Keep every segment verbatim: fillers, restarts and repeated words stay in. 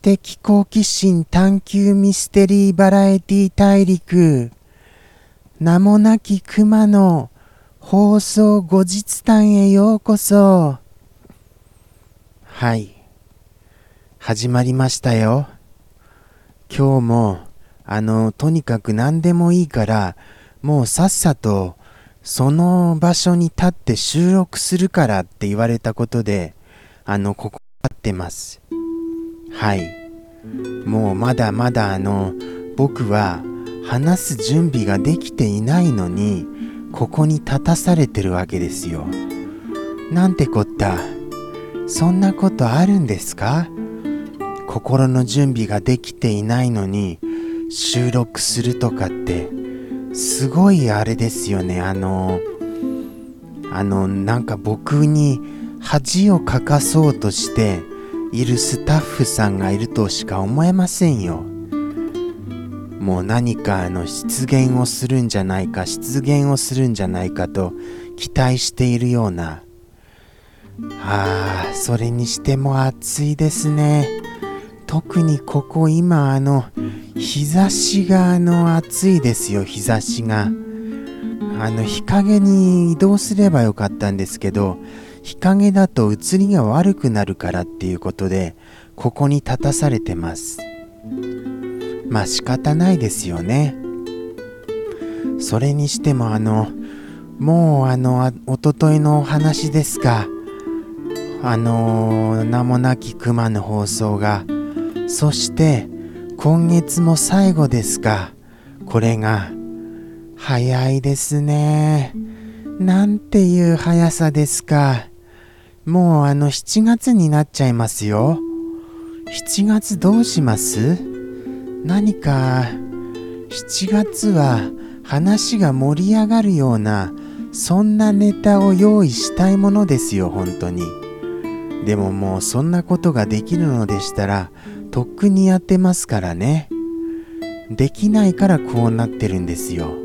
的好奇心探求ミステリーバラエティ大陸、名もなき熊の放送後日談へようこそ。はい、始まりましたよ。今日もあのとにかく何でもいいからもうさっさとその場所に立って収録するからって言われたことで、あのここ立ってます。はい、もうまだまだあの僕は話す準備ができていないのにここに立たされてるわけですよ。なんてこった。そんなことあるんですか？心の準備ができていないのに収録するとかってすごいあれですよね。あのあのなんか僕に恥をかかそうとしているスタッフさんがいるとしか思えませんよ。もう何かあの失言をするんじゃないか失言をするんじゃないかと期待しているような。ああ、それにしても暑いですね。特にここ今あの日差しがあの暑いですよ。日差しがあの日陰に移動すればよかったんですけど、日陰だと映りが悪くなるからっていうことでここに立たされてます。まあ仕方ないですよね。それにしてもあのもうあのおとといのお話ですか。あのー、名もなき熊の放送が、そして今月も最後ですか。これが早いですね。なんていう速さですか。もうあのしちがつになっちゃいますよ。しちがつどうします？何かしちがつは話が盛り上がるようなそんなネタを用意したいものですよ、本当に。でももうそんなことができるのでしたらとっくにやってますからね。できないからこうなってるんですよ。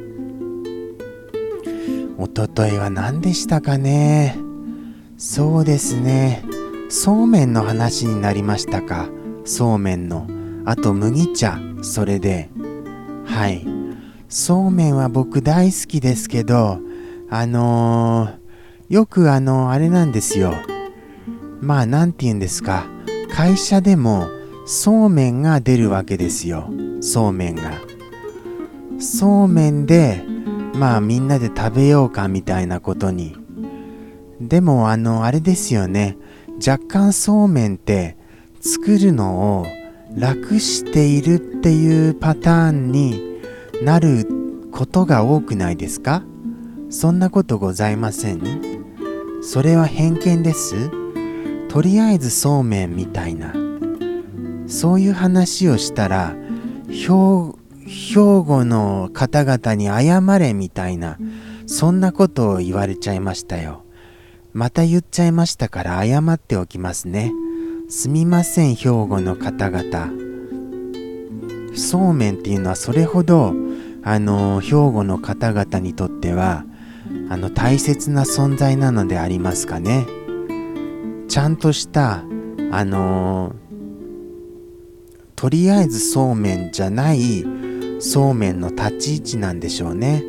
おとといは何でしたかね。そうですね、そうめんの話になりましたか。そうめんの、あと麦茶、それではい、そうめんは僕大好きですけど、あのー、よくあのあれなんですよ。まあなんて言うんですか、会社でもそうめんが出るわけですよ。そうめんがそうめんでまあみんなで食べようかみたいなことに。でもあのあれですよね、若干そうめんって作るのを楽しているっていうパターンになることが多くないですか？そんなことございません？それは偏見です。とりあえずそうめんみたいな、そういう話をしたら兵庫の方々に謝れみたいな、そんなことを言われちゃいましたよ。また言っちゃいましたから謝っておきますね。すみません、兵庫の方々。そうめんっていうのはそれほどあの兵庫の方々にとってはあの大切な存在なのでありますかね。ちゃんとしたあのとりあえずそうめんじゃないそうめんの立ち位置なんでしょうね。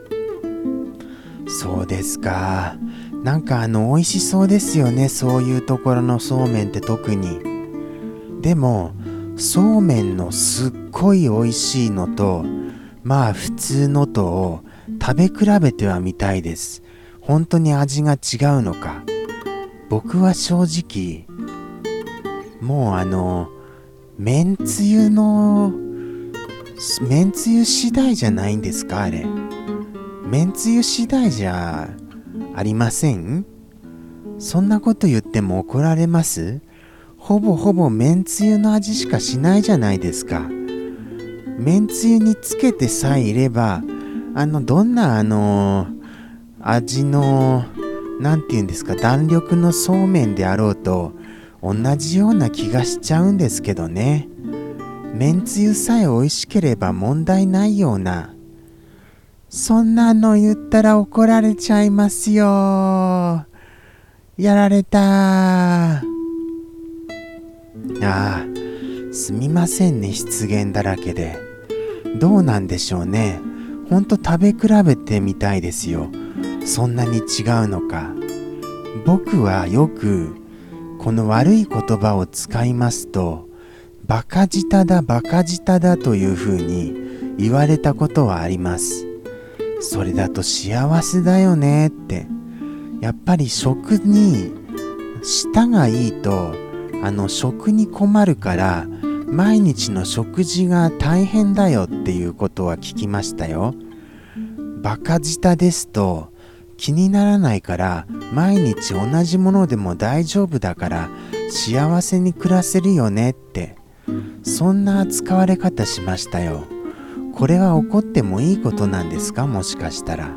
そうですか。なんかあの美味しそうですよね、そういうところのそうめんって特に。でもそうめんのすっごい美味しいのとまあ普通のとを食べ比べてはみたいです。本当に味が違うのか。僕は正直もうあのめんつゆのめんつゆ次第じゃないんですか。あれめんつゆ次第じゃありません？そんなこと言っても怒られます？ほぼほぼめんつゆの味しかしないじゃないですか。めんつゆにつけてさえいればあのどんなあの味のなんて言うんですか、弾力のそうめんであろうと同じような気がしちゃうんですけどね。めんつゆさえ美味しければ問題ないような。そんなの言ったら怒られちゃいますよ。やられた。ああ、 すみませんね、失言だらけで。どうなんでしょうね。ほんと食べ比べてみたいですよ。そんなに違うのか。僕はよくこの悪い言葉を使いますと、バカ舌だバカ舌だというふうに言われたことはあります。それだと幸せだよねって。やっぱり食に舌がいいと、あの食に困るから毎日の食事が大変だよっていうことは聞きましたよ。バカ舌ですと気にならないから、毎日同じものでも大丈夫だから幸せに暮らせるよねって、そんな扱われ方しましたよ。これは怒ってもいいことなんですか、もしかしたら。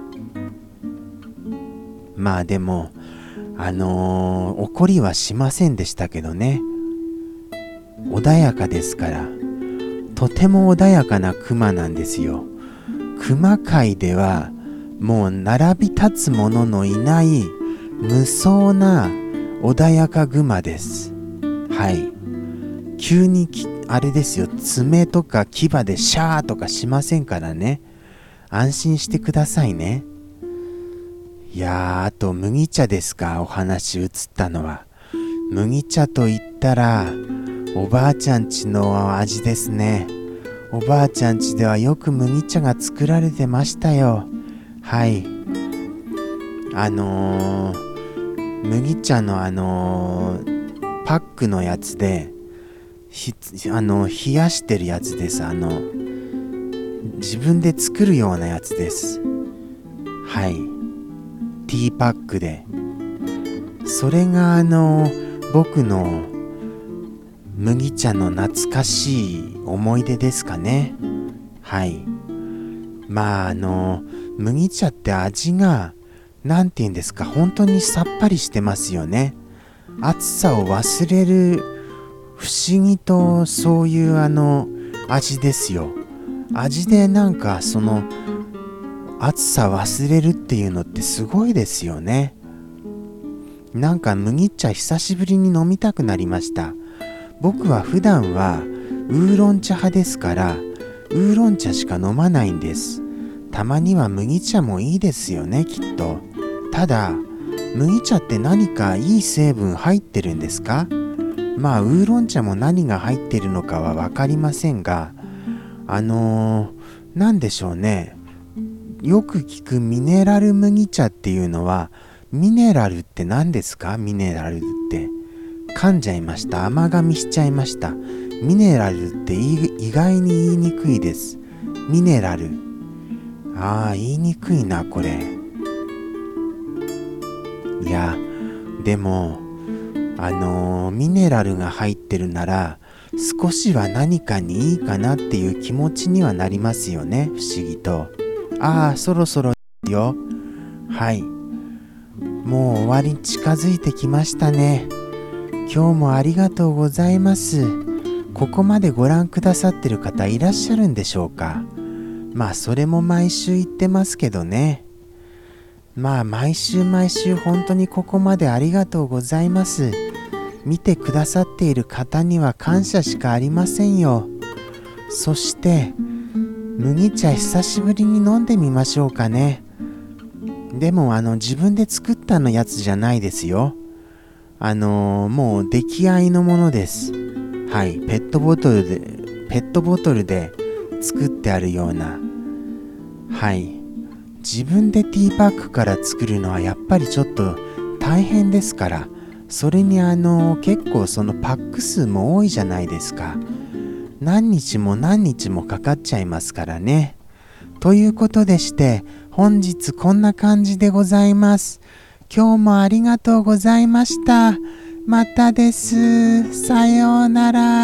まあでもあのー、怒りはしませんでしたけどね。穏やかですから。とても穏やかなクマなんですよ。クマ界ではもう並び立つ者のいない無双な穏やかグマです。はい。急にきあれですよ、爪とか牙でシャーとかしませんからね。安心してくださいね。いやー、あと麦茶ですか、お話移ったのは。麦茶と言ったらおばあちゃんちの味ですね。おばあちゃんちではよく麦茶が作られてましたよ。はい。あのー、麦茶のあのー、パックのやつでひあの冷やしてるやつです。あの自分で作るようなやつです。はい。ティーパックで、それがあの僕の麦茶の懐かしい思い出ですかね。はい。まああの麦茶って味がなんて言うんですか、本当にさっぱりしてますよね。暑さを忘れる不思議とそういうあの味ですよ。味でなんかその暑さ忘れるっていうのってすごいですよね。なんか麦茶久しぶりに飲みたくなりました。僕は普段はウーロン茶派ですから、ウーロン茶しか飲まないんです。たまには麦茶もいいですよね、きっと。ただ麦茶って何かいい成分入ってるんですか？まあウーロン茶も何が入ってるのかは分かりませんが、あのー、なんでしょうね。よく聞くミネラル麦茶っていうのは、ミネラルって何ですか？ミネラルって噛んじゃいました。甘噛みしちゃいました。ミネラルって意外に言いにくいです。ミネラル、ああ言いにくいなこれ。いやでもあのー、ミネラルが入ってるなら少しは何かにいいかなっていう気持ちにはなりますよね、不思議と。ああそろそろよ。はい、もう終わり近づいてきましたね。今日もありがとうございます。ここまでご覧くださってる方いらっしゃるんでしょうか。まあそれも毎週言ってますけどね。まあ毎週毎週本当にここまでありがとうございます。見てくださっている方には感謝しかありませんよ。そして麦茶久しぶりに飲んでみましょうかね。でもあの自分で作ったのやつじゃないですよ。あのー、もう出来合いのものです。はい、ペットボトルでペットボトルで作ってあるような。はい、自分でティーパックから作るのはやっぱりちょっと大変ですから。それにあのー、結構そのパック数も多いじゃないですか。何日も何日もかかっちゃいますからね。ということでして本日こんな感じでございます。今日もありがとうございました。またです。さようなら。